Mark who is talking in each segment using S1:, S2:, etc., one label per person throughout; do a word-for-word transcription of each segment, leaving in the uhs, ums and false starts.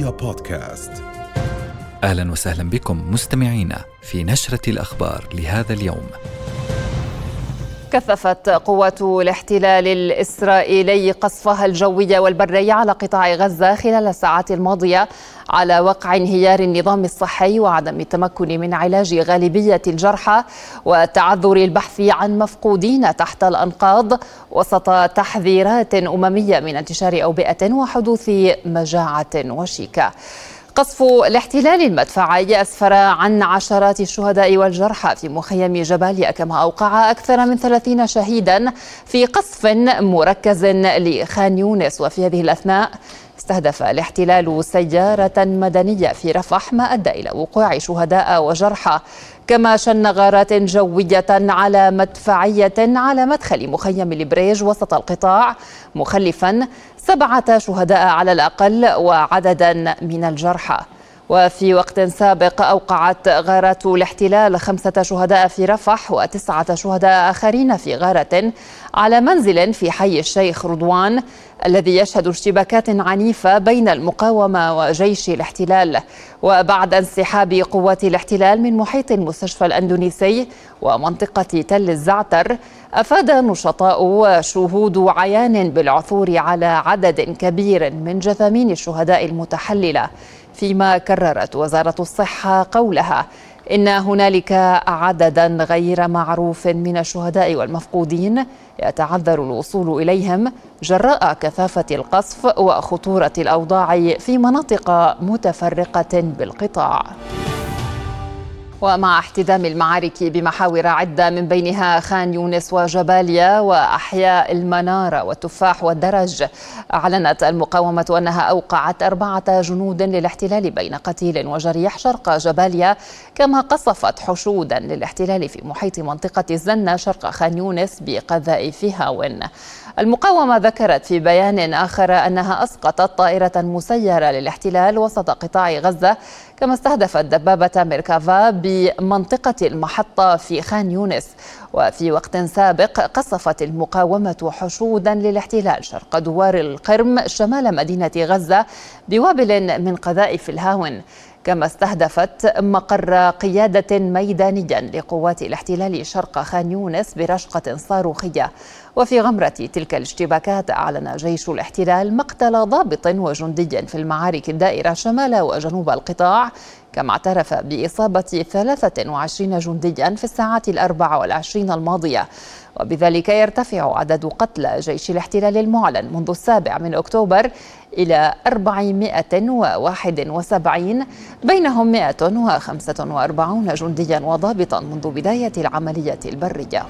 S1: رؤيا بودكاست.
S2: أهلا وسهلا بكم مستمعينا في نشرة الأخبار لهذا اليوم.
S3: كثفت قوات الاحتلال الإسرائيلي قصفها الجوي والبري على قطاع غزة خلال الساعات الماضية على وقع انهيار النظام الصحي وعدم التمكن من علاج غالبية الجرحى وتعذر البحث عن مفقودين تحت الأنقاض وسط تحذيرات أممية من انتشار أوبئة وحدوث مجاعة وشيكة. قصف الاحتلال المدفعي أسفر عن عشرات الشهداء والجرحى في مخيم جباليا، كما أوقع أكثر من ثلاثين شهيدا في قصف مركز لخان يونس. وفي هذه الأثناء استهدف الاحتلال سيارة مدنية في رفح، ما أدى إلى وقوع شهداء وجرحى، كما شن غارات جوية على مدفعية على مدخل مخيم البريج وسط القطاع، مخلفا سبعة شهداء على الأقل وعددا من الجرحى. وفي وقت سابق أوقعت غارات الاحتلال خمسة شهداء في رفح وتسعة شهداء آخرين في غارة على منزل في حي الشيخ رضوان الذي يشهد اشتباكات عنيفة بين المقاومة وجيش الاحتلال. وبعد انسحاب قوات الاحتلال من محيط المستشفى الأندونيسي ومنطقة تل الزعتر، أفاد نشطاء وشهود عيان بالعثور على عدد كبير من جثامين الشهداء المتحللة، فيما كررت وزارة الصحة قولها إن هنالك عددا غير معروف من الشهداء والمفقودين يتعذر الوصول إليهم جراء كثافة القصف وخطورة الأوضاع في مناطق متفرقة بالقطاع. ومع احتدام المعارك بمحاور عدة من بينها خان يونس وجباليا وأحياء المنارة والتفاح والدرج، أعلنت المقاومة أنها أوقعت أربعة جنود للاحتلال بين قتيل وجريح شرق جباليا، كما قصفت حشودا للاحتلال في محيط منطقة الزنة شرق خان يونس بقذائف هاون. المقاومة ذكرت في بيان آخر أنها أسقطت طائرة مسيرة للاحتلال وسط قطاع غزة، كما استهدفت دبابة ميركافا بمنطقة المحطة في خان يونس. وفي وقت سابق قصفت المقاومة حشودا للاحتلال شرق دوار القرم شمال مدينة غزة بوابل من قذائف الهاون، كما استهدفت مقر قيادة ميدانيا لقوات الاحتلال شرق خان يونس برشقة صاروخية. وفي غمرة تلك الاشتباكات أعلن جيش الاحتلال مقتل ضابط وجندي في المعارك الدائرة شمال وجنوب القطاع، كما اعترف بإصابة ثلاثة وعشرين جنديا في الساعات الأربع والعشرين الماضية، وبذلك يرتفع عدد قتلى جيش الاحتلال المعلن منذ السابع من أكتوبر إلى أربعمائة وواحد وسبعين، بينهم مائة وخمسة وأربعين جنديا وضابطا منذ بداية العملية البرية.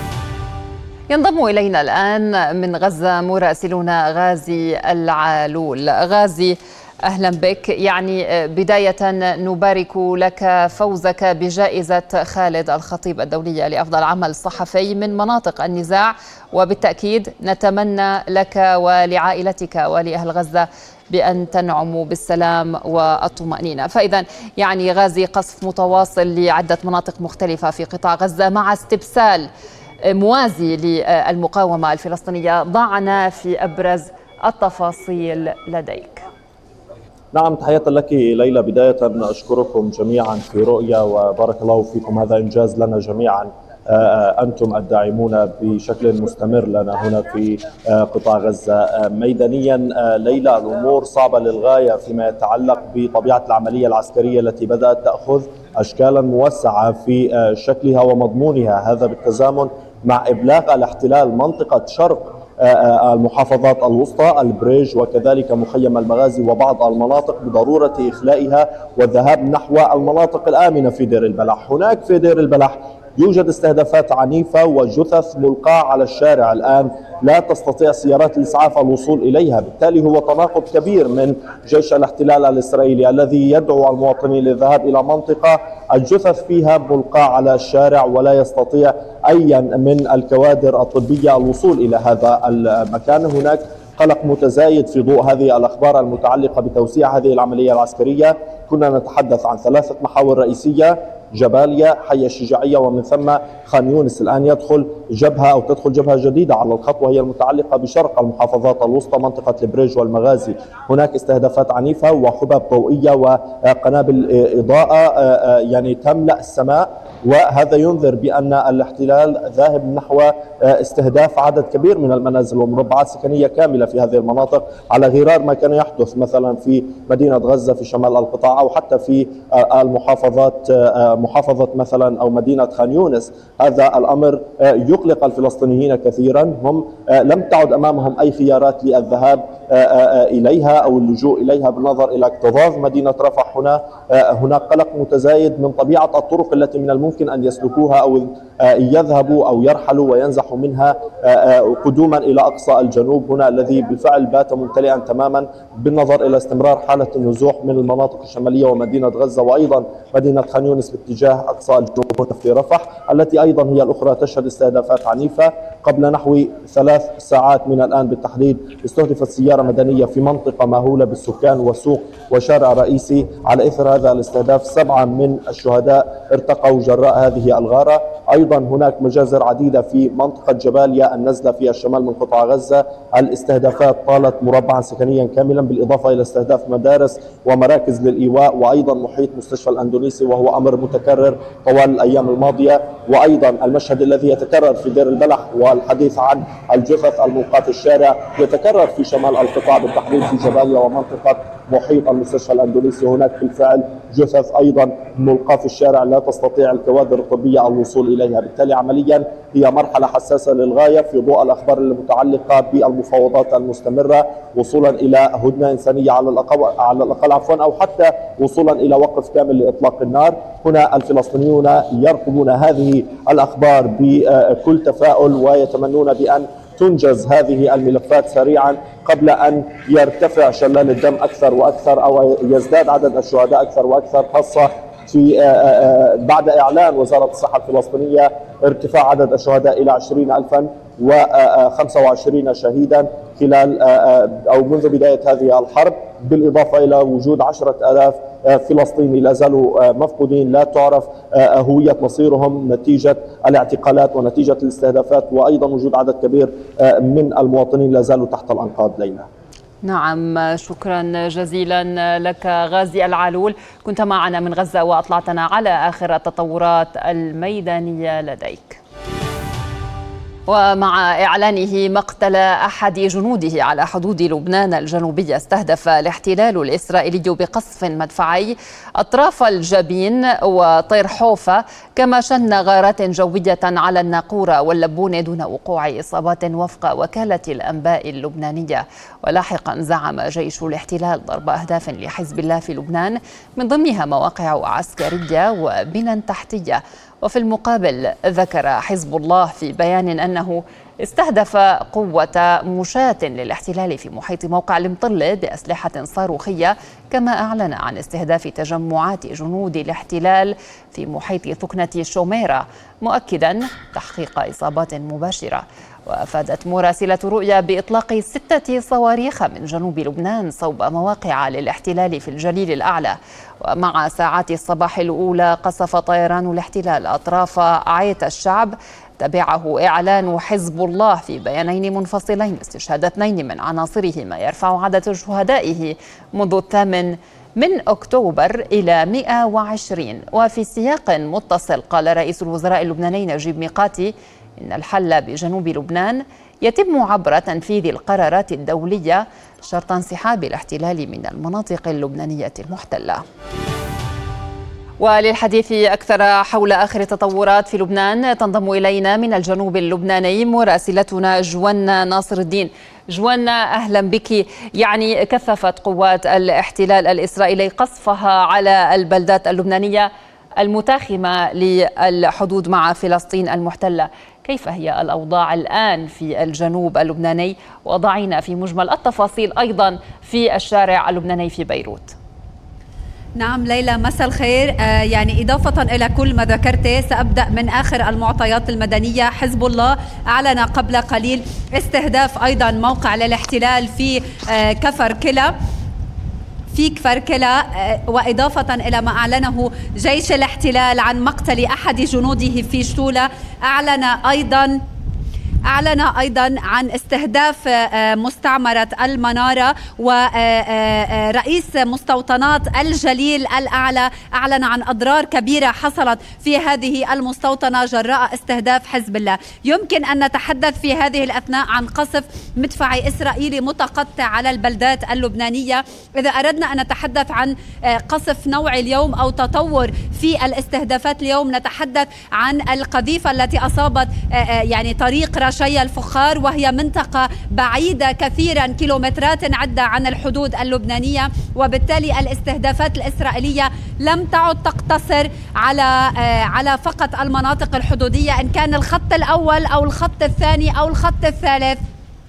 S3: ينضم إلينا الآن من غزة مراسلنا غازي العالول. غازي، أهلا بك. يعني بداية نبارك لك فوزك بجائزة خالد الخطيب الدولية لأفضل عمل صحفي من مناطق النزاع، وبالتأكيد نتمنى لك ولعائلتك ولأهل غزة بأن تنعموا بالسلام والطمأنينة. فإذا يعني غازي، قصف متواصل لعدة مناطق مختلفة في قطاع غزة مع استبسال موازي للمقاومة الفلسطينية، ضعنا في أبرز التفاصيل لديك.
S4: نعم، تحية لك ليلى. بداية أشكركم جميعا في رؤيا وبارك الله فيكم، هذا إنجاز لنا جميعا، أنتم الداعمون بشكل مستمر لنا هنا في قطاع غزة. ميدانيا ليلى، الأمور صعبة للغاية فيما يتعلق بطبيعة العملية العسكرية التي بدأت تأخذ أشكالا موسعة في شكلها ومضمونها، هذا بالتزامن مع إبلاغ الاحتلال منطقة شرق المحافظات الوسطى البريج وكذلك مخيم المغازي وبعض المناطق بضرورة إخلائها والذهاب نحو المناطق الآمنة في دير البلح. هناك في دير البلح يوجد استهدافات عنيفة وجثث ملقاة على الشارع الآن، لا تستطيع سيارات الإسعاف الوصول إليها، بالتالي هو تناقض كبير من جيش الاحتلال الإسرائيلي الذي يدعو المواطنين للذهاب إلى منطقة الجثث فيها ملقاة على الشارع ولا يستطيع أي من الكوادر الطبية الوصول إلى هذا المكان. هناك قلق متزايد في ضوء هذه الأخبار المتعلقة بتوسيع هذه العملية العسكرية. كنا نتحدث عن ثلاثة محاور رئيسية، جباليا، حي الشجاعية، ومن ثم خان يونس. الآن يدخل جبهة أو تدخل جبهة جديدة على الخط، وهي المتعلقة بشرق المحافظات الوسطى، منطقة البريج والمغازي. هناك استهدافات عنيفة وحباب ضوئية وقنابل إضاءة يعني تملأ السماء، وهذا ينذر بأن الاحتلال ذاهب نحو استهداف عدد كبير من المنازل ومربعات سكنية كاملة في هذه المناطق، على غرار ما كان يحدث مثلا في مدينة غزة في شمال القطاع، أو حتى في المحافظات محافظة مثلا أو مدينة خان يونس. هذا الأمر يقلق الفلسطينيين كثيرا، هم لم تعد أمامهم أي خيارات للذهاب إليها أو اللجوء إليها بالنظر إلى اكتظاظ مدينة رفح. هنا هناك قلق متزايد من طبيعة الطرق التي من الممكن أن يسلكوها أو يذهبوا أو يرحلوا وينزحوا منها قدوما إلى أقصى الجنوب هنا، الذي بالفعل بات ممتلئا تماما بالنظر إلى استمرار حالة النزوح من المناطق الشمالية ومدينة غزة، وأيضا مدينة خان يونس باتجاه أقصى الجنوب في رفح، التي أيضا هي الأخرى تشهد استهدافات عنيفة. قبل نحو ثلاث ساعات من الآن بالتحديد استهدفت سيارة مدنية في منطقة ماهولة بالسكان وسوق وشارع رئيسي. على إثر هذا الاستهداف سبعة من الشهداء ارتقوا جراء هذه الغارة. أيضا هناك مجازر عديدة في منطقة جباليا النزلة في الشمال من قطاع غزة. الاستهدافات طالت مربعا سكنيا كاملا، بالإضافة إلى استهداف مدارس ومراكز للإيواء، وأيضا محيط مستشفى الأندونيسي، وهو أمر متكرر طوال الأيام الماضية. وأيضا المشهد الذي يتكرر في دير البلح والحديث عن الجثث الملقاة في الشارع يتكرر في شمال القطاع بالتحديد في جباليا ومنطقة محيط المستشفى الأندونيسي. هناك بالفعل جثث أيضا ملقاة في الشارع لا تستطيع الكوادر الطبية الوصول إليها. بالتالي عمليا هي مرحلة حساسة للغاية في ضوء الأخبار المتعلقة بالمفاوضات المستمرة وصولا إلى هدنة إنسانية على الأقل على الأقل عفوا أو حتى وصولا إلى وقف كامل لإطلاق النار. هنا الفلسطينيون يرقبون هذه الأخبار بكل تفاؤل ويتمنون بأن تنجز هذه الملفات سريعا قبل أن يرتفع شلال الدم أكثر وأكثر أو يزداد عدد الشهداء أكثر وأكثر، خاصة في بعد إعلان وزارة الصحة الفلسطينية ارتفاع عدد الشهداء إلى عشرين ألفا وخمسة وعشرين شهيدا خلال أو منذ بداية هذه الحرب، بالإضافة إلى وجود عشرة آلاف فلسطيني لا زالوا مفقودين، لا تعرف هوية مصيرهم نتيجة الاعتقالات ونتيجة الاستهدافات، وأيضا وجود عدد كبير من المواطنين لا زالوا تحت الأنقاض. ليلى.
S3: نعم، شكرا جزيلا لك غازي العالول، كنت معنا من غزة وأطلعتنا على آخر التطورات الميدانية لديك. ومع إعلانه مقتل أحد جنوده على حدود لبنان الجنوبية، استهدف الاحتلال الإسرائيلي بقصف مدفعي أطراف الجبين وطير حوفة، كما شن غارات جوية على الناقورة واللبون دون وقوع إصابات وفق وكالة الأنباء اللبنانية. ولاحقا زعم جيش الاحتلال ضرب أهداف لحزب الله في لبنان من ضمنها مواقع عسكرية وبنى تحتية. وفي المقابل ذكر حزب الله في بيان أنه استهدف قوة مشاة للاحتلال في محيط موقع المطلة بأسلحة صاروخية، كما أعلن عن استهداف تجمعات جنود الاحتلال في محيط ثكنة شوميرة، مؤكدا تحقيق إصابات مباشرة. وأفادت مراسلة رؤيا بإطلاق ستة صواريخ من جنوب لبنان صوب مواقع للاحتلال في الجليل الأعلى. ومع ساعات الصباح الأولى قصف طيران الاحتلال أطراف عيت الشعب، تبعه إعلان حزب الله في بيانين منفصلين استشهاد اثنين من عناصره، ما يرفع عدد شهدائه منذ الثامن من أكتوبر إلى مئة وعشرين. وفي سياق متصل قال رئيس الوزراء اللبناني نجيب ميقاتي إن الحل بجنوب لبنان يتم عبر تنفيذ القرارات الدولية شرط انسحاب الاحتلال من المناطق اللبنانية المحتلة. وللحديث أكثر حول آخر التطورات في لبنان تنضم إلينا من الجنوب اللبناني مراسلتنا جوانا ناصر الدين. جوانا، أهلا بك. يعني كثفت قوات الاحتلال الإسرائيلي قصفها على البلدات اللبنانية المتاخمة للحدود مع فلسطين المحتلة، كيف هي الأوضاع الآن في الجنوب اللبناني؟ وضعينا في مجمل التفاصيل أيضا في الشارع اللبناني في بيروت.
S1: نعم ليلى، مساء الخير. آه يعني إضافة إلى كل ما ذكرته سأبدأ من آخر المعطيات المدنية. حزب الله أعلن قبل قليل استهداف أيضا موقع للاحتلال في آه كفر كلا في كفر كلا، وإضافة إلى ما أعلنه جيش الاحتلال عن مقتل أحد جنوده في شتولة، أعلن أيضا أعلن أيضا عن استهداف مستعمرة المنارة، ورئيس مستوطنات الجليل الأعلى أعلن عن أضرار كبيرة حصلت في هذه المستوطنة جراء استهداف حزب الله. يمكن أن نتحدث في هذه الأثناء عن قصف مدفعي إسرائيلي متقطع على البلدات اللبنانية. إذا أردنا أن نتحدث عن قصف نوع اليوم أو تطور في الاستهدافات اليوم، نتحدث عن القذيفة التي أصابت يعني طريق رشيا الفخار، وهي منطقة بعيدة كثيرا كيلومترات عدة عن الحدود اللبنانية، وبالتالي الاستهدافات الإسرائيلية لم تعد تقتصر على على فقط المناطق الحدودية، إن كان الخط الأول أو الخط الثاني أو الخط الثالث.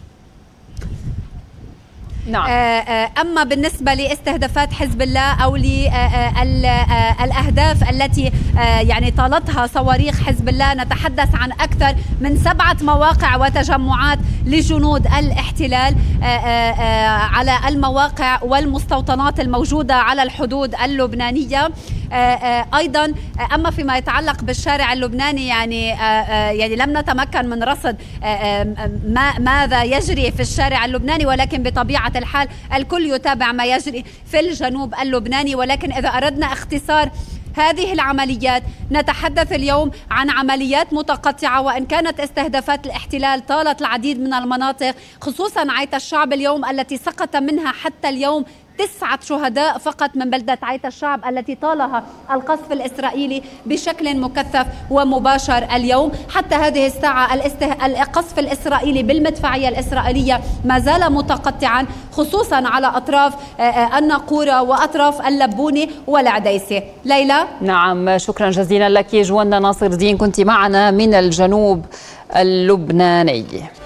S3: نعم.
S1: أما بالنسبة لاستهدافات حزب الله أو للأهداف التي يعني طالتها صواريخ حزب الله، نتحدث عن أكثر من سبعة مواقع وتجمعات لجنود الاحتلال على المواقع والمستوطنات الموجودة على الحدود اللبنانية. أيضا أما فيما يتعلق بالشارع اللبناني، يعني يعني لم نتمكن من رصد ما ماذا يجري في الشارع اللبناني، ولكن بطبيعة الحال الكل يتابع ما يجري في الجنوب اللبناني. ولكن إذا أردنا اختصار هذه العمليات، نتحدث اليوم عن عمليات متقطعة، وإن كانت استهدافات الاحتلال طالت العديد من المناطق، خصوصا عيت الشعب اليوم التي سقط منها حتى اليوم تسعة شهداء فقط من بلدة عيت الشعب التي طالها القصف الإسرائيلي بشكل مكثف ومباشر اليوم. حتى هذه الساعة الاسته... القصف الإسرائيلي بالمدفعية الإسرائيلية ما زال متقطعا، خصوصا على أطراف الناقورة وأطراف اللبوني والعديسة. ليلى.
S3: نعم، شكرا جزيلا لك جوانا ناصر الدين، كنت معنا من الجنوب اللبناني.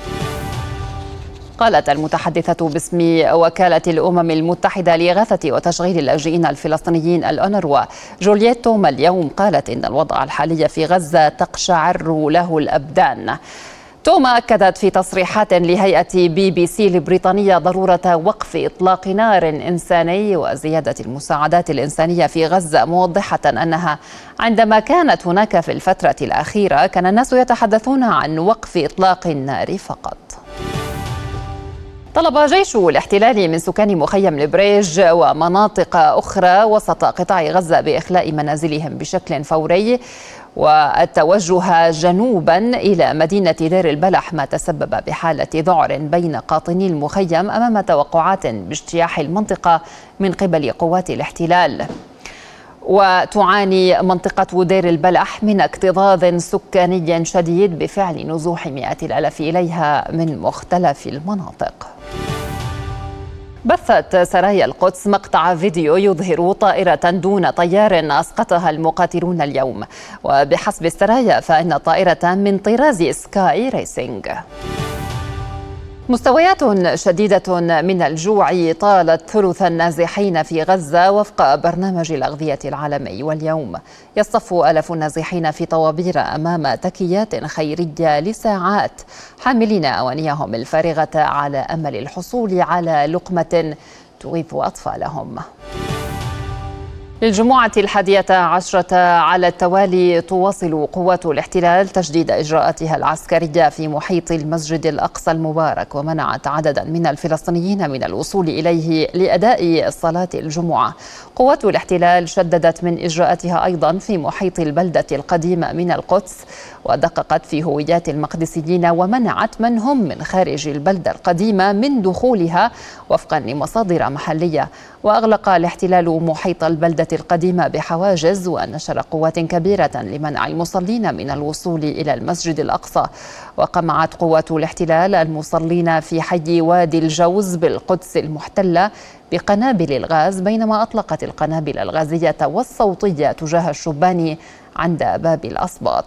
S3: قالت المتحدثة باسم وكالة الأمم المتحدة لإغاثة وتشغيل اللاجئين الفلسطينيين الأونروا جولييت توما اليوم، قالت إن الوضع الحالي في غزة تقشعر له الأبدان. توما أكدت في تصريحات لهيئة بي بي سي البريطانية ضرورة وقف إطلاق نار إنساني وزيادة المساعدات الإنسانية في غزة، موضحة أنها عندما كانت هناك في الفترة الأخيرة كان الناس يتحدثون عن وقف إطلاق النار فقط. طلب جيش الاحتلال من سكان مخيم البريج ومناطق أخرى وسط قطاع غزة بإخلاء منازلهم بشكل فوري والتوجه جنوبا إلى مدينة دير البلح، ما تسبب بحالة ذعر بين قاطني المخيم أمام توقعات باجتياح المنطقة من قبل قوات الاحتلال. وتعاني منطقة دير البلح من اكتظاظ سكاني شديد بفعل نزوح مئات الآلاف إليها من مختلف المناطق. بثت سرايا القدس مقطع فيديو يظهر طائرة دون طيار أسقطها المقاتلون اليوم، وبحسب السرايا فإن الطائرة من طراز سكاي ريسينج. مستويات شديدة من الجوع طالت ثلث النازحين في غزة وفق برنامج الأغذية العالمي، واليوم يصطف آلاف النازحين في طوابير أمام تكيات خيرية لساعات حاملين أوانيهم الفارغة على أمل الحصول على لقمة تغيث أطفالهم. للجمعة الحادية عشرة على التوالي تواصل قوات الاحتلال تشديد إجراءاتها العسكرية في محيط المسجد الأقصى المبارك، ومنعت عددا من الفلسطينيين من الوصول إليه لأداء صلاة الجمعة. قوات الاحتلال شددت من إجراءاتها أيضا في محيط البلدة القديمة من القدس، ودققت في هويات المقدسيين ومنعت من هم من خارج البلدة القديمة من دخولها وفقا لمصادر محلية. وأغلق الاحتلال محيط البلدة القديمة بحواجز، ونشر قوات كبيرة لمنع المصلين من الوصول إلى المسجد الأقصى. وقمعت قوات الاحتلال المصلين في حي وادي الجوز بالقدس المحتلة بقنابل الغاز، بينما أطلقت القنابل الغازية والصوتية تجاه الشبان عند باب الأسباط.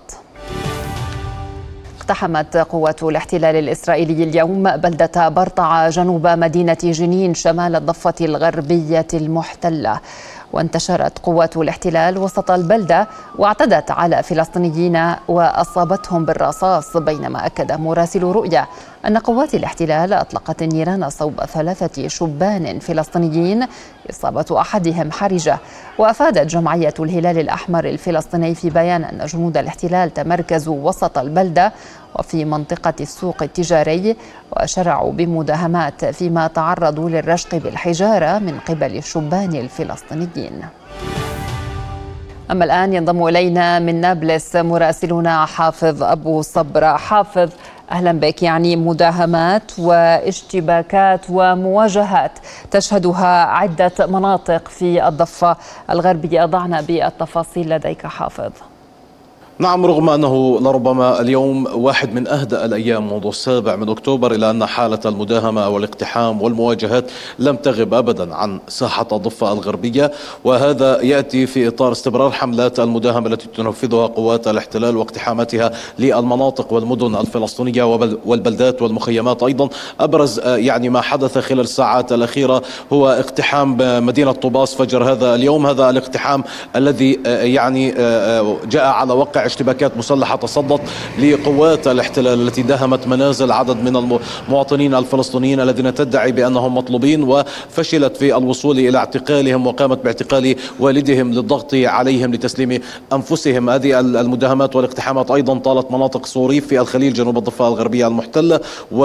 S3: اقتحمت قوات الاحتلال الإسرائيلي اليوم بلدة برطعة جنوب مدينة جنين شمال الضفة الغربية المحتلة، وانتشرت قوات الاحتلال وسط البلدة واعتدت على فلسطينيين وأصابتهم بالرصاص، بينما أكد مراسل رؤيا أن قوات الاحتلال أطلقت النيران صوب ثلاثة شبان فلسطينيين إصابة أحدهم حرجة. وأفادت جمعية الهلال الأحمر الفلسطيني في بيان أن جنود الاحتلال تمركزوا وسط البلدة وفي منطقة السوق التجاري وشرعوا بمداهمات فيما تعرضوا للرشق بالحجارة من قبل الشبان الفلسطينيين. أما الآن ينضم إلينا من نابلس مراسلنا حافظ أبو صبرة. حافظ، أهلا بك. يعني مداهمات واشتباكات ومواجهات تشهدها عدة مناطق في الضفة الغربية، ضعنا بالتفاصيل لديك حافظ.
S5: نعم، رغم أنه لربما اليوم واحد من أهدأ الأيام منذ السابع من أكتوبر، إلى أن حالة المداهمة والاقتحام والمواجهات لم تغب أبدا عن ساحة الضفة الغربية، وهذا يأتي في إطار استمرار حملات المداهمة التي تنفذها قوات الاحتلال واقتحاماتها للمناطق والمدن الفلسطينية والبلدات والمخيمات. أيضا أبرز يعني ما حدث خلال الساعات الأخيرة هو اقتحام مدينة طوباس فجر هذا اليوم. هذا الاقتحام الذي يعني جاء على وقع اشتباكات مسلحة تصدت لقوات الاحتلال التي داهمت منازل عدد من المواطنين الفلسطينيين الذين تدعي بأنهم مطلوبين، وفشلت في الوصول إلى اعتقالهم وقامت باعتقال والدهم للضغط عليهم لتسليم أنفسهم. هذه المداهمات والاقتحامات أيضا طالت مناطق صوريف في الخليل جنوب الضفة الغربية المحتلة،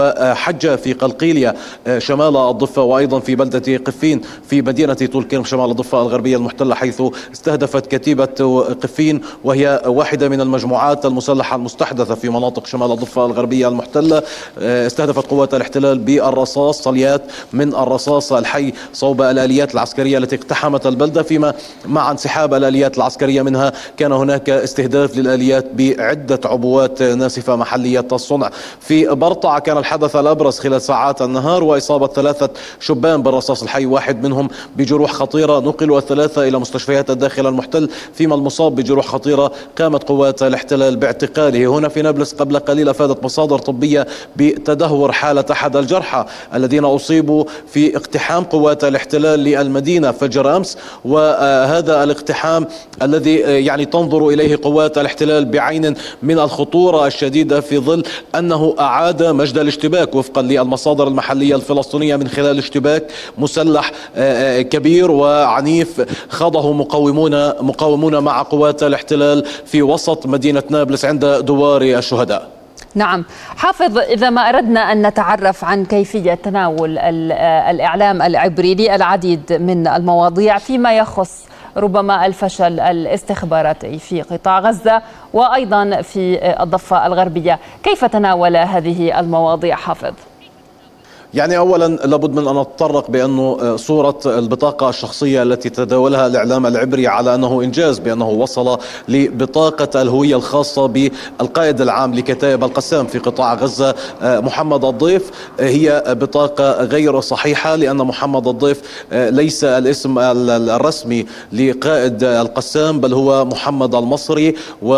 S5: وحجة في قلقيلية شمال الضفة، وأيضا في بلدة قفين في مدينة طول كرم شمال الضفة الغربية المحتلة، حيث استهدفت كتيبة قفين وهي واحدة من المجموعات المسلحة المستحدثة في مناطق شمال الضفة الغربية المحتلة. استهدفت قوات الاحتلال بالرصاص صليات من الرصاص الحي صوب الآليات العسكرية التي اقتحمت البلدة، فيما مع انسحاب الآليات العسكرية منها كان هناك استهداف للآليات بعدة عبوات ناسفة محلية الصنع. في برطعة كان الحدث الأبرز خلال ساعات النهار، وإصابة ثلاثة شبان بالرصاص الحي، واحد منهم بجروح خطيرة، نقلوا الثلاثة إلى مستشفيات الداخل المحتل، فيما المصاب بجروح خطيرة قامت قوات الاحتلال باعتقاله. هنا في نابلس قبل قليل أفادت مصادر طبية بتدهور حالة أحد الجرحى الذين أصيبوا في اقتحام قوات الاحتلال للمدينة فجر أمس، وهذا الاقتحام الذي يعني تنظر إليه قوات الاحتلال بعين من الخطورة الشديدة في ظل أنه أعاد مجد الاشتباك وفقا للمصادر المحلية الفلسطينية من خلال اشتباك مسلح كبير وعنيف خاضه مقاومون مقاومون مع قوات الاحتلال في وسط مدينة نابلس عند دوار الشهداء.
S3: نعم حافظ، إذا ما أردنا أن نتعرف عن كيفية تناول الإعلام العبري للعديد من المواضيع فيما يخص ربما الفشل الاستخباراتي في قطاع غزة وأيضا في الضفة الغربية، كيف تناول هذه المواضيع حافظ؟
S5: يعني أولا لابد من أن نتطرق بأنه صورة البطاقة الشخصية التي تداولها الإعلام العبري على أنه إنجاز، بأنه وصل لبطاقة الهوية الخاصة بالقائد العام لكتائب القسام في قطاع غزة محمد الضيف، هي بطاقة غير صحيحة، لأن محمد الضيف ليس الاسم الرسمي لقائد القسام بل هو محمد المصري،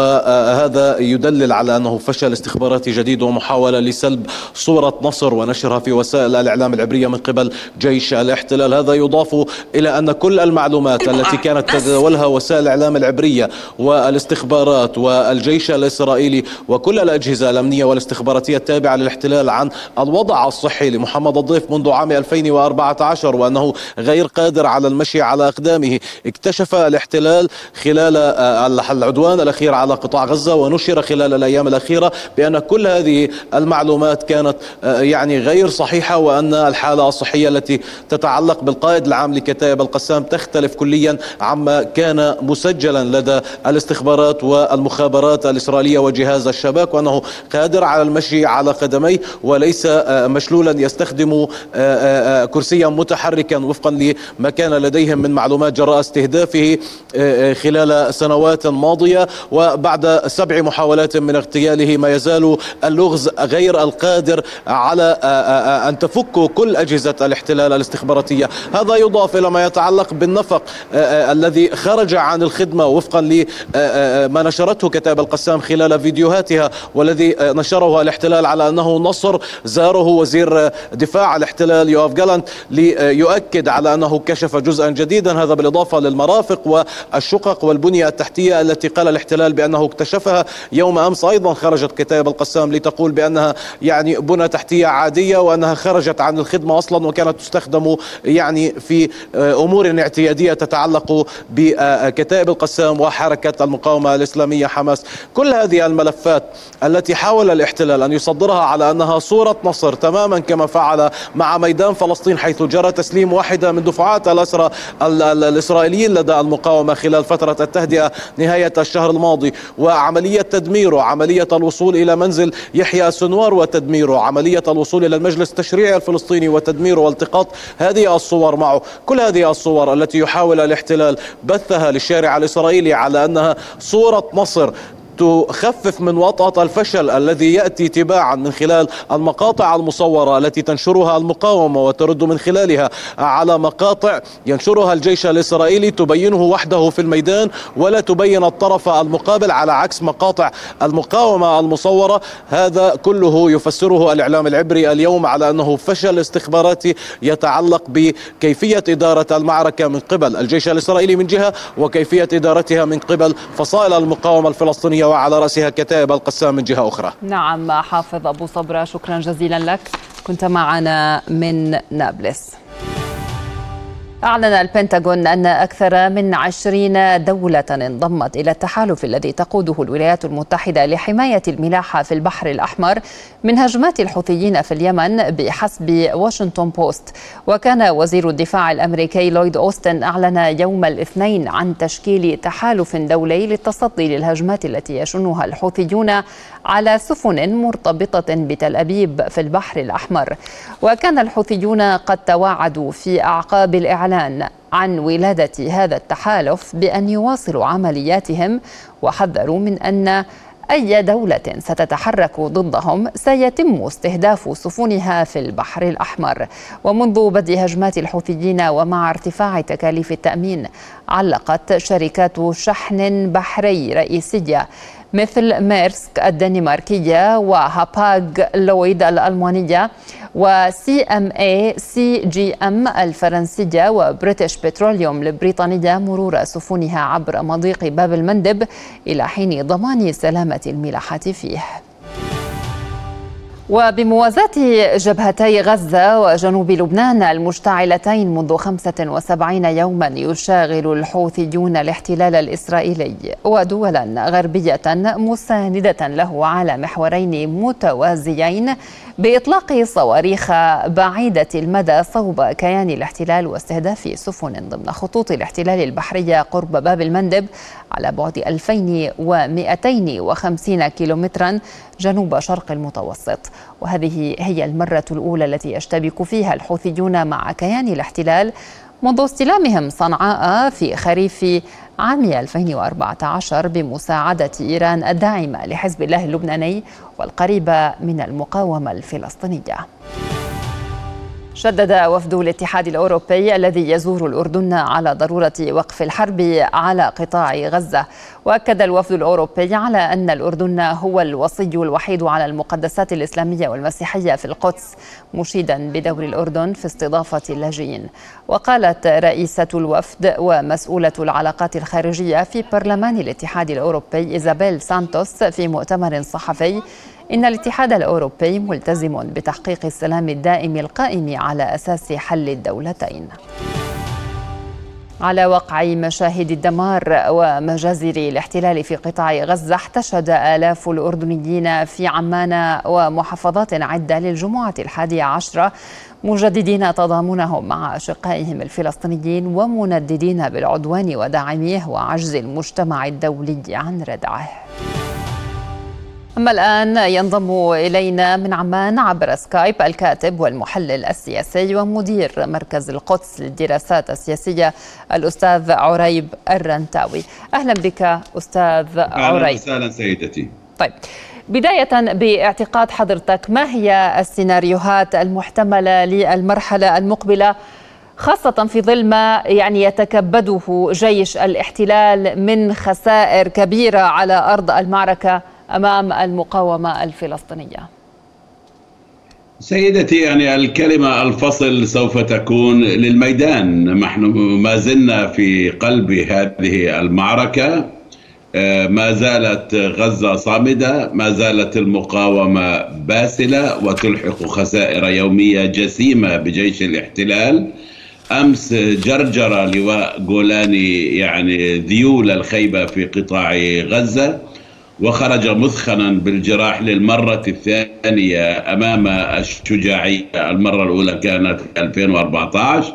S5: وهذا يدلل على أنه فشل استخباراتي جديد ومحاولة لسلب صورة نصر ونشرها في وسائل الإعلام العبرية من قبل جيش الاحتلال. هذا يضاف إلى أن كل المعلومات التي كانت تتداولها وسائل الإعلام العبرية والاستخبارات والجيش الإسرائيلي وكل الأجهزة الأمنية والاستخباراتية التابعة للاحتلال عن الوضع الصحي لمحمد الضيف منذ عام ألفين وأربعة عشر وأنه غير قادر على المشي على أقدامه، اكتشف الاحتلال خلال العدوان الأخير على قطاع غزة ونشر خلال الأيام الأخيرة بأن كل هذه المعلومات كانت يعني غير صحيحة، وأن الحالة الصحية التي تتعلق بالقائد العام لكتائب القسام تختلف كليا عما كان مسجلا لدى الاستخبارات والمخابرات الإسرائيلية وجهاز الشباك، وأنه قادر على المشي على قدميه وليس مشلولا يستخدم كرسيا متحركا وفقا لما كان لديهم من معلومات جراء استهدافه خلال سنوات ماضية. وبعد سبع محاولات من اغتياله ما يزال اللغز غير القادر على أن تفك كل أجهزة الاحتلال الاستخباراتية. هذا يضاف إلى ما يتعلق بالنفق الذي خرج عن الخدمة وفقا لما نشرته كتائب القسام خلال فيديوهاتها، والذي نشره الاحتلال على أنه نصر زاره وزير دفاع الاحتلال يوآف جالانت ليؤكد على أنه كشف جزءا جديدا، هذا بالإضافة للمرافق والشقق والبنية التحتية التي قال الاحتلال بأنه اكتشفها. يوم أمس أيضا خرجت كتائب القسام لتقول بأنها يعني بنى تحتية عادية وأنها خرجت عن الخدمة أصلا وكانت تستخدم يعني في أمور اعتيادية تتعلق بكتائب القسام وحركة المقاومة الإسلامية حماس. كل هذه الملفات التي حاول الاحتلال أن يصدرها على أنها صورة نصر تماما كما فعل مع ميدان فلسطين، حيث جرى تسليم واحدة من دفعات الأسرى الإسرائيليين لدى المقاومة خلال فترة التهدئة نهاية الشهر الماضي، وعملية تدميره، عملية الوصول إلى منزل يحيى سنوار وتدميره، عملية الوصول إلى المجلس التشريعي الفلسطيني وتدميره والتقاط هذه الصور معه. كل هذه الصور التي يحاول الاحتلال بثها للشارع الإسرائيلي على أنها صورة نصر تخفف من وطأة الفشل الذي يأتي تباعا من خلال المقاطع المصورة التي تنشرها المقاومة وترد من خلالها على مقاطع ينشرها الجيش الإسرائيلي تبينه وحده في الميدان ولا تبين الطرف المقابل، على عكس مقاطع المقاومة المصورة. هذا كله يفسره الإعلام العبري اليوم على أنه فشل استخباراتي يتعلق بكيفية إدارة المعركة من قبل الجيش الإسرائيلي من جهة، وكيفية إدارتها من قبل فصائل المقاومة الفلسطينية وعلى رأسها كتائب القسام من جهة أخرى.
S3: نعم حافظ أبو صبرة، شكرا جزيلا لك، كنت معنا من نابلس. أعلن البنتاغون أن أكثر من عشرين دولة انضمت إلى التحالف الذي تقوده الولايات المتحدة لحماية الملاحة في البحر الأحمر من هجمات الحوثيين في اليمن بحسب واشنطن بوست. وكان وزير الدفاع الأمريكي لويد أوستن أعلن يوم الاثنين عن تشكيل تحالف دولي للتصدي للهجمات التي يشنها الحوثيون على سفن مرتبطة بتل أبيب في البحر الأحمر. وكان الحوثيون قد تواعدوا في أعقاب الإعلان عن ولادة هذا التحالف بأن يواصلوا عملياتهم، وحذروا من أن أي دولة ستتحرك ضدهم سيتم استهداف سفنها في البحر الأحمر. ومنذ بدء هجمات الحوثيين ومع ارتفاع تكاليف التأمين، علقت شركات شحن بحري رئيسية مثل ميرسك الدنماركية وهاباغ لويد الألمانية وسي ام اي سي جي ام الفرنسية وبريتش بتروليوم البريطانية مرور سفنها عبر مضيق باب المندب إلى حين ضمان سلامة الملاحة فيه. وبموازاة جبهتي غزة وجنوب لبنان المشتعلتين منذ خمسة وسبعين يوما، يشاغل الحوثيون الاحتلال الإسرائيلي ودولا غربية مساندة له على محورين متوازيين بإطلاق صواريخ بعيدة المدى صوب كيان الاحتلال واستهداف سفن ضمن خطوط الاحتلال البحرية قرب باب المندب على بعد ألفين ومئتين وخمسين كيلومترا جنوب شرق المتوسط. وهذه هي المرة الأولى التي يشتبك فيها الحوثيون مع كيان الاحتلال منذ استلامهم صنعاء في خريف عام ألفين وأربعة عشر بمساعدة إيران الداعمة لحزب الله اللبناني والقريبة من المقاومة الفلسطينية. شدد وفد الاتحاد الأوروبي الذي يزور الأردن على ضرورة وقف الحرب على قطاع غزة. وأكد الوفد الأوروبي على أن الأردن هو الوصي الوحيد على المقدسات الإسلامية والمسيحية في القدس، مشيدا بدور الأردن في استضافة اللاجئين. وقالت رئيسة الوفد ومسؤولة العلاقات الخارجية في برلمان الاتحاد الأوروبي إيزابيل سانتوس في مؤتمر صحفي إن الاتحاد الأوروبي ملتزم بتحقيق السلام الدائم القائم على أساس حل الدولتين. على وقع مشاهد الدمار ومجازر الاحتلال في قطاع غزة، احتشد آلاف الأردنيين في عمان ومحافظات عدة للجمعة الحادية عشرة، مجددين تضامنهم مع أشقائهم الفلسطينيين ومنددين بالعدوان وداعميه وعجز المجتمع الدولي عن ردعه. أما الآن ينضم إلينا من عمان عبر سكايب الكاتب والمحلل السياسي ومدير مركز القدس للدراسات السياسية الأستاذ عريب الرنتاوي. أهلا بك أستاذ عريب.
S6: أهلا وسهلا سيدتي.
S3: طيب، بداية باعتقاد حضرتك، ما هي السيناريوهات المحتملة للمرحلة المقبلة، خاصة في ظل ما يعني يتكبده جيش الاحتلال من خسائر كبيرة على أرض المعركة أمام المقاومة الفلسطينية؟
S6: سيدتي، يعني الكلمة الفصل سوف تكون للميدان. نحن ما زلنا في قلب هذه المعركة، ما زالت غزة صامدة، ما زالت المقاومة باسلة وتلحق خسائر يومية جسيمة بجيش الاحتلال. أمس جرجر لواء جولاني يعني ذيول الخيبة في قطاع غزة، وخرج مثخنا بالجراح للمرة الثانية أمام الشجاعية. المرة الأولى كانت في ألفين وأربعة عشر.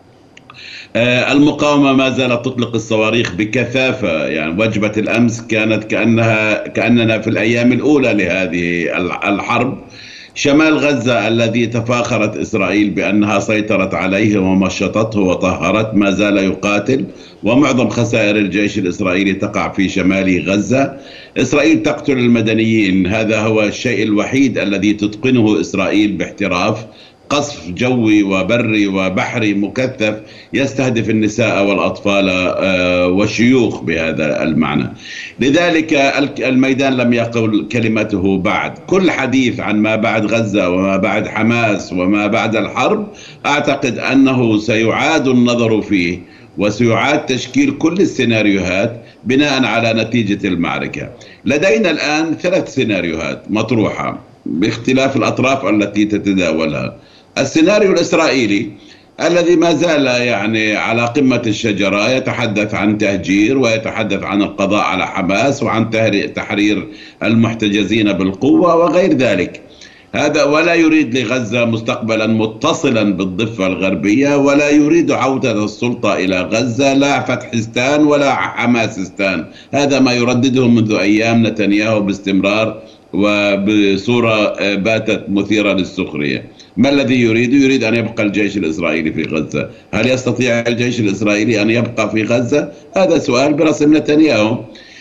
S6: المقاومة ما زالت تطلق الصواريخ بكثافة، يعني وجبة الأمس كانت كأنها كأننا في الأيام الأولى لهذه الحرب. شمال غزة الذي تفاخرت إسرائيل بأنها سيطرت عليه ومشطته وطهرت ما زال يقاتل، ومعظم خسائر الجيش الإسرائيلي تقع في شمال غزة. إسرائيل تقتل المدنيين، هذا هو الشيء الوحيد الذي تتقنه إسرائيل باحتراف. قصف جوي وبري وبحري مكثف يستهدف النساء والأطفال والشيوخ بهذا المعنى. لذلك الميدان لم يقل كلمته بعد. كل حديث عن ما بعد غزة وما بعد حماس وما بعد الحرب أعتقد أنه سيعاد النظر فيه، وسيعاد تشكيل كل السيناريوهات بناء على نتيجة المعركة. لدينا الآن ثلاث سيناريوهات مطروحة باختلاف الأطراف التي تتداولها. السيناريو الإسرائيلي الذي ما زال يعني على قمة الشجرة، يتحدث عن تهجير ويتحدث عن القضاء على حماس وعن تحرير المحتجزين بالقوة وغير ذلك. هذا ولا يريد لغزة مستقبلا متصلا بالضفة الغربية، ولا يريد عودة السلطة إلى غزة، لا فتحستان ولا حماسستان. هذا ما يردده منذ أيام نتنياهو باستمرار وبصورة باتت مثيرة للسخرية. ما الذي يريد؟ يريد أن يبقى الجيش الإسرائيلي في غزة. هل يستطيع الجيش الإسرائيلي أن يبقى في غزة؟ هذا سؤال برسم نتنياهو.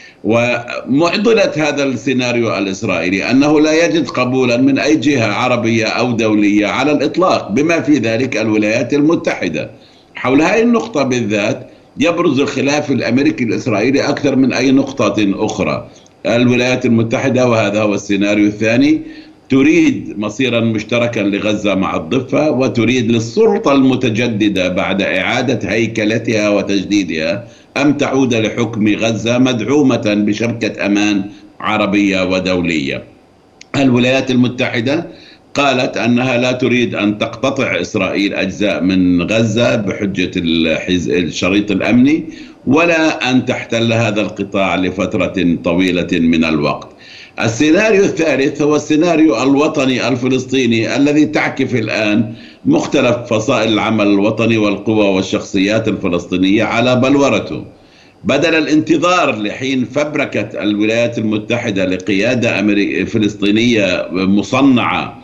S6: ومعضلة هذا السيناريو الإسرائيلي أنه لا يجد قبولا من أي جهة عربية أو دولية على الإطلاق، بما في ذلك الولايات المتحدة. حول هذه النقطة بالذات يبرز الخلاف الأمريكي الإسرائيلي أكثر من أي نقطة أخرى. الولايات المتحدة، وهذا هو السيناريو الثاني، تريد مصيرا مشتركا لغزة مع الضفة، وتريد للسلطة المتجددة بعد إعادة هيكلتها وتجديدها أن تعود لحكم غزة مدعومة بشبكة أمان عربية ودولية. الولايات المتحدة قالت أنها لا تريد أن تقتطع إسرائيل أجزاء من غزة بحجة الشريط الأمني، ولا أن تحتل هذا القطاع لفترة طويلة من الوقت. السيناريو الثالث هو السيناريو الوطني الفلسطيني الذي تعكف الآن مختلف فصائل العمل الوطني والقوى والشخصيات الفلسطينية على بلورته. بدل الانتظار لحين فبركت الولايات المتحدة لقيادة فلسطينية مصنعة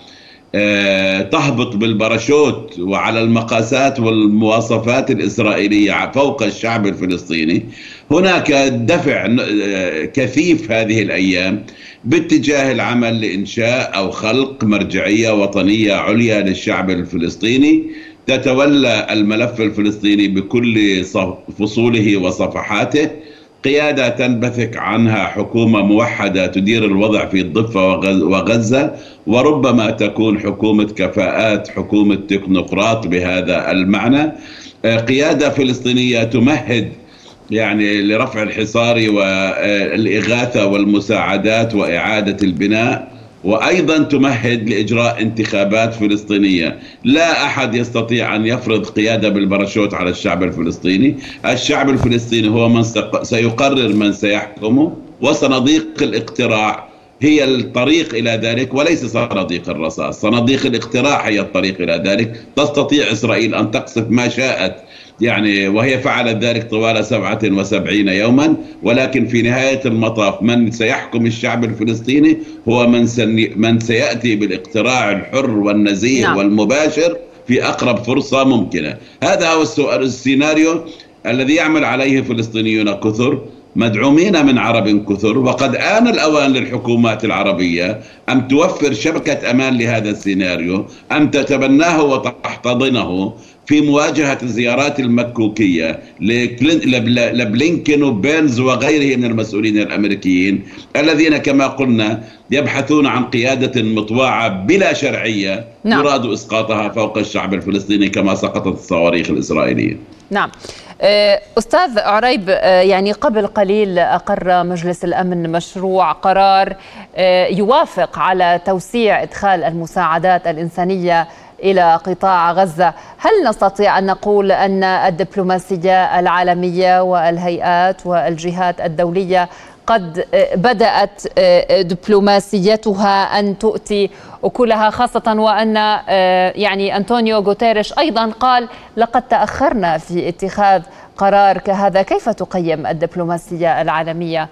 S6: تهبط بالباراشوت وعلى المقاسات والمواصفات الإسرائيلية فوق الشعب الفلسطيني، هناك دفع كثيف هذه الأيام باتجاه العمل لإنشاء أو خلق مرجعية وطنية عليا للشعب الفلسطيني تتولى الملف الفلسطيني بكل فصوله وصفحاته، قيادة تنبثق عنها حكومة موحدة تدير الوضع في الضفة وغزة، وربما تكون حكومة كفاءات، حكومة تكنوقراط بهذا المعنى، قيادة فلسطينية تمهد يعني لرفع الحصار والإغاثة والمساعدات وإعادة البناء، وأيضا تمهد لإجراء انتخابات فلسطينية. لا أحد يستطيع أن يفرض قيادة بالباراشوت على الشعب الفلسطيني. الشعب الفلسطيني هو من سيقرر من سيحكمه، وصناديق الاقتراع هي الطريق إلى ذلك وليس صناديق الرصاص. صناديق الاقتراع هي الطريق إلى ذلك. تستطيع إسرائيل أن تقصف ما شاءت يعني، وهي فعلت ذلك طوال سبعة وسبعين يوما، ولكن في نهاية المطاف من سيحكم الشعب الفلسطيني هو من, من سيأتي بالاقتراع الحر والنزيه نعم. والمباشر في أقرب فرصة ممكنة. هذا هو السيناريو الذي يعمل عليه فلسطينيون كثر. مدعومين من عرب كثر، وقد آن الأوان للحكومات العربية أن توفر شبكة أمان لهذا السيناريو، أن تتبناه وتحتضنه في مواجهة الزيارات المكوكية لبلينكن وبينز وغيره من المسؤولين الأمريكيين الذين كما قلنا يبحثون عن قيادة مطواعة بلا شرعية. نعم. يراد إسقاطها فوق الشعب الفلسطيني كما سقطت الصواريخ الإسرائيلية.
S3: نعم. أستاذ عريب، يعني قبل قليل أقر مجلس الأمن مشروع قرار يوافق على توسيع إدخال المساعدات الإنسانية إلى قطاع غزة. هل نستطيع أن نقول أن الدبلوماسية العالمية والهيئات والجهات الدولية قد بدأت دبلوماسيتها أن تؤتي أكلها، خاصة وأن يعني أنطونيو غوتيريش أيضا قال لقد تأخرنا في اتخاذ قرار كهذا؟ كيف تقيم الدبلوماسية العالمية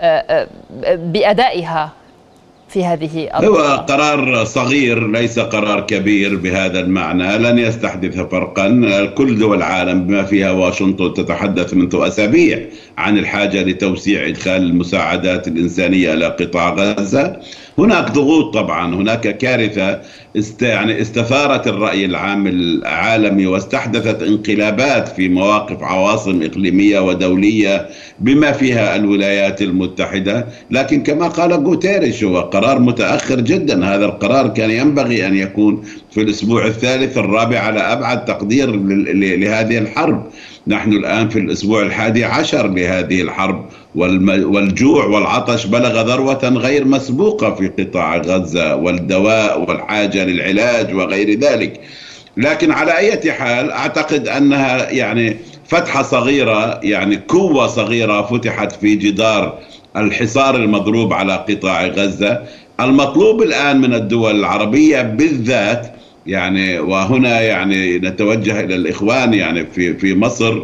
S3: بأدائها في هذه
S6: الوقت؟ هو قرار صغير ليس قرار كبير بهذا المعنى، لن يستحدث فرقا. كل دول العالم بما فيها واشنطن تتحدث منذ أسابيع عن الحاجة لتوسيع إدخال المساعدات الإنسانية إلى قطاع غزة. هناك ضغوط طبعا، هناك كارثة است يعني استثارت الرأي العام العالمي واستحدثت انقلابات في مواقف عواصم إقليمية ودولية بما فيها الولايات المتحدة، لكن كما قال غوتيريش هو قرار متأخر جدا. هذا القرار كان ينبغي أن يكون في الأسبوع الثالث الرابع على أبعد تقدير لهذه الحرب. نحن الآن في الأسبوع الحادي عشر لهذه الحرب، والجوع والعطش بلغ ذروة غير مسبوقة في قطاع غزة، والدواء والحاجة للعلاج وغير ذلك. لكن على أي حال أعتقد أنها يعني فتحة صغيرة، يعني قوة صغيرة فتحت في جدار الحصار المضروب على قطاع غزة. المطلوب الآن من الدول العربية بالذات، يعني وهنا يعني نتوجه إلى الإخوان يعني في في مصر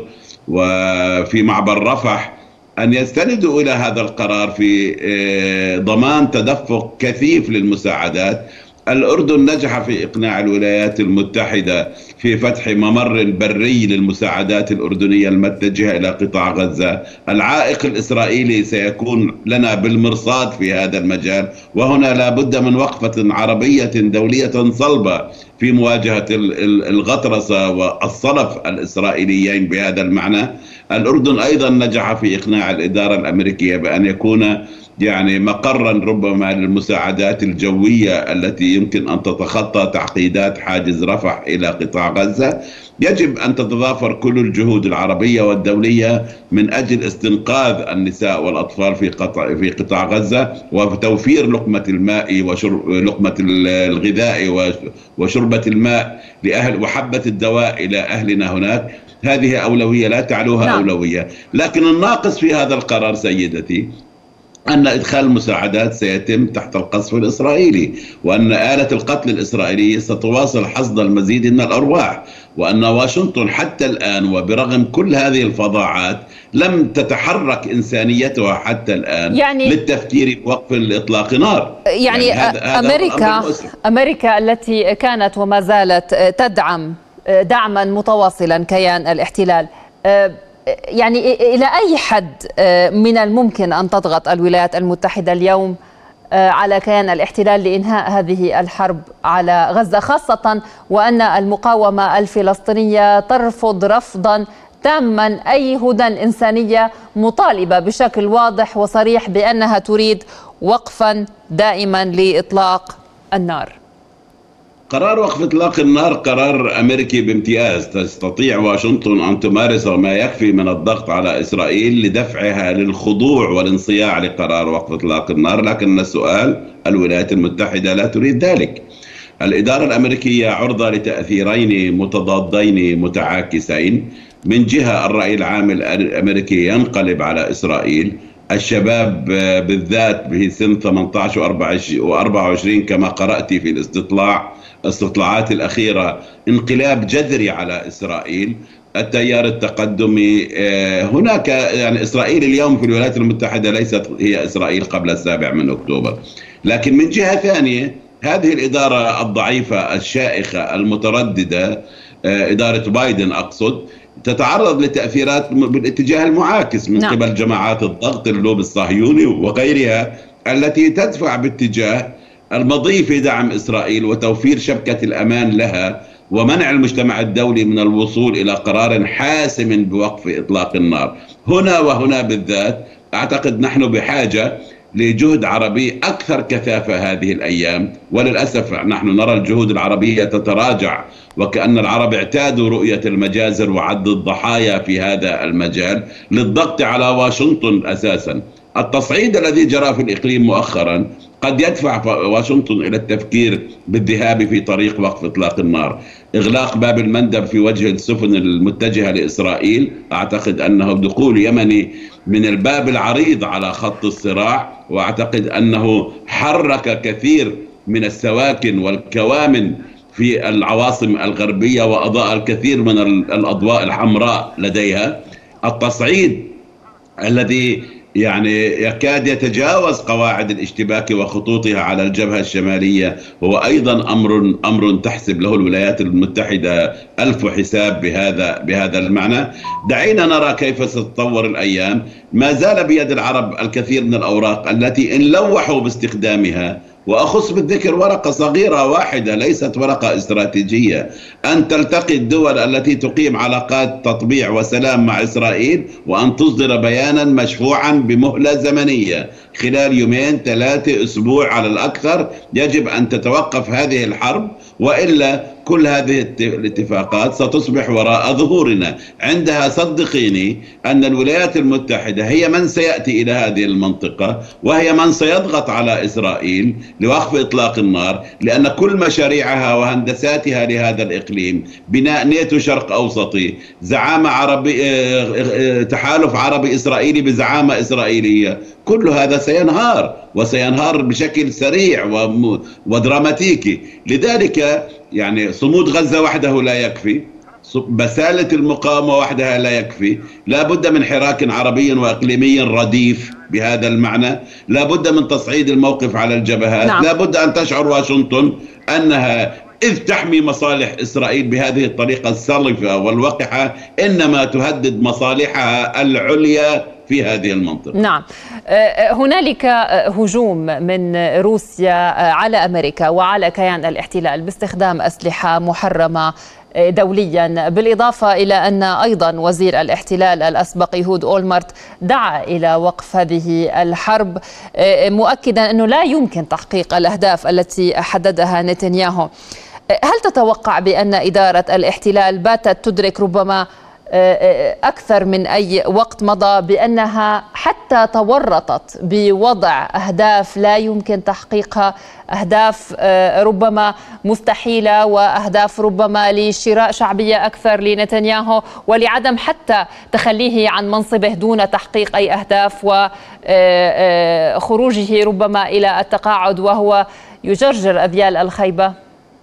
S6: وفي معبر رفح، أن يستندوا إلى هذا القرار في ضمان تدفق كثيف للمساعدات. الأردن نجح في إقناع الولايات المتحدة في فتح ممر بري للمساعدات الأردنية المتجهة إلى قطاع غزة. العائق الإسرائيلي سيكون لنا بالمرصاد في هذا المجال، وهنا لا بد من وقفة عربية دولية صلبة في مواجهة الغطرسة والصلف الإسرائيليين بهذا المعنى. الأردن أيضا نجح في إقناع الإدارة الأمريكية بأن يكون يعني مقرا ربما للمساعدات الجوية التي يمكن أن تتخطى تعقيدات حاجز رفح إلى قطاع غزة. يجب أن تتضافر كل الجهود العربية والدولية من أجل استنقاذ النساء والأطفال في قطاع في قطاع غزة، وتوفير لقمة الماء وشرب لقمة الغذاء وشربة الماء لأهل وحبة الدواء إلى أهلنا هناك. هذه أولوية لا تعلوها. نعم. أولوية. لكن الناقص في هذا القرار سيدتي أن إدخال المساعدات سيتم تحت القصف الإسرائيلي، وأن آلة القتل الإسرائيلية ستواصل حصد المزيد من الأرواح، وأن واشنطن حتى الآن وبرغم كل هذه الفظاعات لم تتحرك إنسانيتها حتى الآن يعني للتفكير بوقف الإطلاق نار.
S3: يعني, يعني هذا أمريكا هذا أمريكا التي كانت وما زالت تدعم دعما متواصلا كيان الاحتلال، يعني إلى أي حد من الممكن أن تضغط الولايات المتحدة اليوم على كيان الاحتلال لإنهاء هذه الحرب على غزة، خاصة وأن المقاومة الفلسطينية ترفض رفضا تاما أي هدى إنسانية، مطالبة بشكل واضح وصريح بأنها تريد وقفا دائما لإطلاق النار؟
S6: قرار وقف إطلاق النار قرار أمريكي بامتياز. تستطيع واشنطن أن تمارس ما يكفي من الضغط على إسرائيل لدفعها للخضوع والانصياع لقرار وقف إطلاق النار، لكن السؤال الولايات المتحدة لا تريد ذلك. الإدارة الأمريكية عرضة لتأثيرين متضادين متعاكسين. من جهة الرأي العام الأمريكي ينقلب على إسرائيل، الشباب بالذات به سن ثمانية عشر وأربعة وعشرين كما قرأت في الاستطلاع الاستطلاعات الأخيرة انقلاب جذري على إسرائيل. التيار التقدمي هناك يعني إسرائيل اليوم في الولايات المتحدة ليست هي إسرائيل قبل السابع من أكتوبر. لكن من جهة ثانية هذه الإدارة الضعيفة الشائخة المترددة، إدارة بايدن أقصد، تتعرض لتأثيرات بالاتجاه المعاكس من نعم. قبل جماعات الضغط اللوب الصهيوني وغيرها التي تدفع باتجاه المضي في دعم إسرائيل وتوفير شبكة الأمان لها ومنع المجتمع الدولي من الوصول إلى قرار حاسم بوقف إطلاق النار. هنا وهنا بالذات أعتقد نحن بحاجة لجهد عربي أكثر كثافة هذه الأيام، وللأسف نحن نرى الجهود العربية تتراجع وكأن العرب اعتادوا رؤية المجازر وعد الضحايا في هذا المجال للضغط على واشنطن أساسا. التصعيد الذي جرى في الإقليم مؤخرا قد يدفع واشنطن إلى التفكير بالذهاب في طريق وقف إطلاق النار. إغلاق باب المندب في وجه السفن المتجهة لإسرائيل أعتقد أنه دخول يمني من الباب العريض على خط الصراع، وأعتقد أنه حرك كثير من السواكن والكوامن في العواصم الغربية وأضاء الكثير من الأضواء الحمراء لديها. التصعيد الذي يعني يكاد يتجاوز قواعد الاشتباك وخطوطها على الجبهة الشمالية هو أيضا أمر أمر تحسب له الولايات المتحدة ألف حساب بهذا بهذا المعنى. دعينا نرى كيف ستتطور الأيام. ما زال بيد العرب الكثير من الأوراق التي إن لوحوا باستخدامها، وأخص بالذكر ورقة صغيرة واحدة ليست ورقة استراتيجية، أن تلتقي الدول التي تقيم علاقات تطبيع وسلام مع إسرائيل وأن تصدر بيانا مشفوعا بمهلة زمنية خلال يومين ثلاثة أسبوع على الأكثر. يجب أن تتوقف هذه الحرب، وإلا كل هذه الاتفاقات ستصبح وراء ظهورنا. عندها صدقيني أن الولايات المتحدة هي من سيأتي إلى هذه المنطقة وهي من سيضغط على إسرائيل لوقف إطلاق النار، لأن كل مشاريعها وهندساتها لهذا الإقليم، بناء ناتو شرق أوسطي، زعامة عربي، تحالف عربي إسرائيلي بزعامة إسرائيلية، كل هذا سينهار وسينهار بشكل سريع ودراماتيكي. لذلك يعني صمود غزة وحده لا يكفي، بسالة المقاومة وحدها لا يكفي، لا بد من حراك عربي وإقليمي رديف بهذا المعنى، لا بد من تصعيد الموقف على الجبهات. نعم. لا بد أن تشعر واشنطن أنها إذ تحمي مصالح إسرائيل بهذه الطريقة السلفة والوقحة إنما تهدد مصالحها العليا في هذه المنطقة.
S3: نعم، هنالك هجوم من روسيا على أمريكا وعلى كيان الاحتلال باستخدام أسلحة محرمة دوليا، بالإضافة إلى أن أيضا وزير الاحتلال الأسبق يهود أولمرت دعا إلى وقف هذه الحرب، مؤكدا أنه لا يمكن تحقيق الأهداف التي حددها نتنياهو. هل تتوقع بأن إدارة الاحتلال باتت تدرك ربما أكثر من أي وقت مضى بأنها حتى تورطت بوضع أهداف لا يمكن تحقيقها، أهداف ربما مستحيلة وأهداف ربما لشراء شعبية أكثر لنتنياهو ولعدم حتى تخليه عن منصبه دون تحقيق أي أهداف وخروجه ربما إلى التقاعد وهو يجرجر أذيال الخيبة؟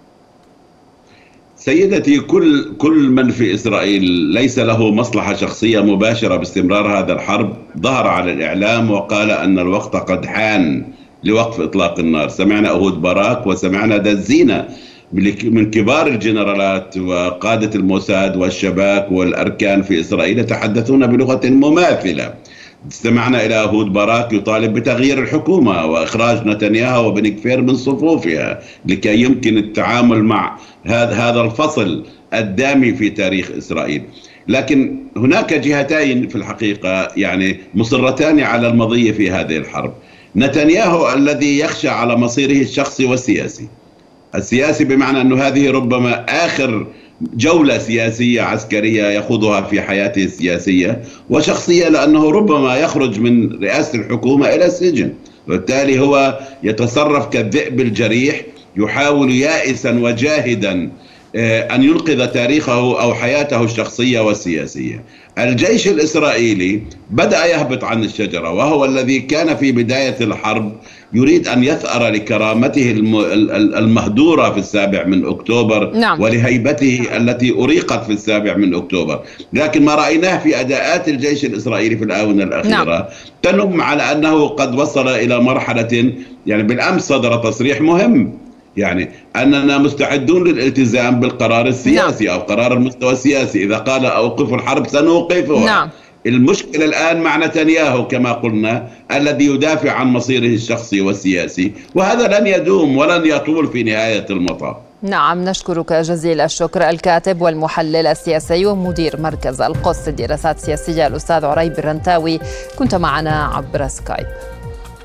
S6: سيدتي، كل كل من في إسرائيل ليس له مصلحة شخصية مباشرة باستمرار هذا الحرب ظهر على الإعلام وقال أن الوقت قد حان لوقف إطلاق النار. سمعنا أهود باراك وسمعنا دزينة من كبار الجنرالات وقادة الموساد والشباك والأركان في إسرائيل يتحدثون بلغة مماثلة. استمعنا إلى أهود باراك يطالب بتغيير الحكومة وإخراج نتنياهو وبن كفير من صفوفها لكي يمكن التعامل مع هذا هذا الفصل الدامي في تاريخ إسرائيل. لكن هناك جهتين في الحقيقة يعني مصرتان على المضي في هذه الحرب. نتنياهو الذي يخشى على مصيره الشخصي والسياسي. السياسي بمعنى أنه هذه ربما آخر جولة سياسية عسكرية يخوضها في حياته السياسية، وشخصية لأنه ربما يخرج من رئاسة الحكومة إلى السجن، وبالتالي هو يتصرف كالذئب الجريح يحاول يائسا وجاهدا أن ينقذ تاريخه أو حياته الشخصية والسياسية. الجيش الإسرائيلي بدأ يهبط عن الشجرة، وهو الذي كان في بداية الحرب يريد أن يثأر لكرامته المهدورة في السابع من أكتوبر. نعم. ولهيبته التي أريقت في السابع من أكتوبر. لكن ما رأيناه في أداءات الجيش الإسرائيلي في الآونة الأخيرة نعم. تنم على أنه قد وصل إلى مرحلة، يعني بالأمس صدر تصريح مهم يعني أننا مستعدون للالتزام بالقرار السياسي نعم. أو قرار المستوى السياسي. إذا قال أوقف الحرب سنوقفها نعم. المشكلة الآن مع نتنياهو كما قلنا الذي يدافع عن مصيره الشخصي والسياسي، وهذا لن يدوم ولن يطول في نهاية المطاف.
S3: نعم، نشكرك جزيل الشكر. الكاتب والمحلل السياسي ومدير مركز القدس للدراسات السياسية الأستاذ عريب الرنتاوي، كنت معنا عبر سكايب.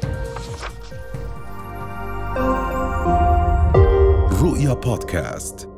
S7: رؤيا بودكاست.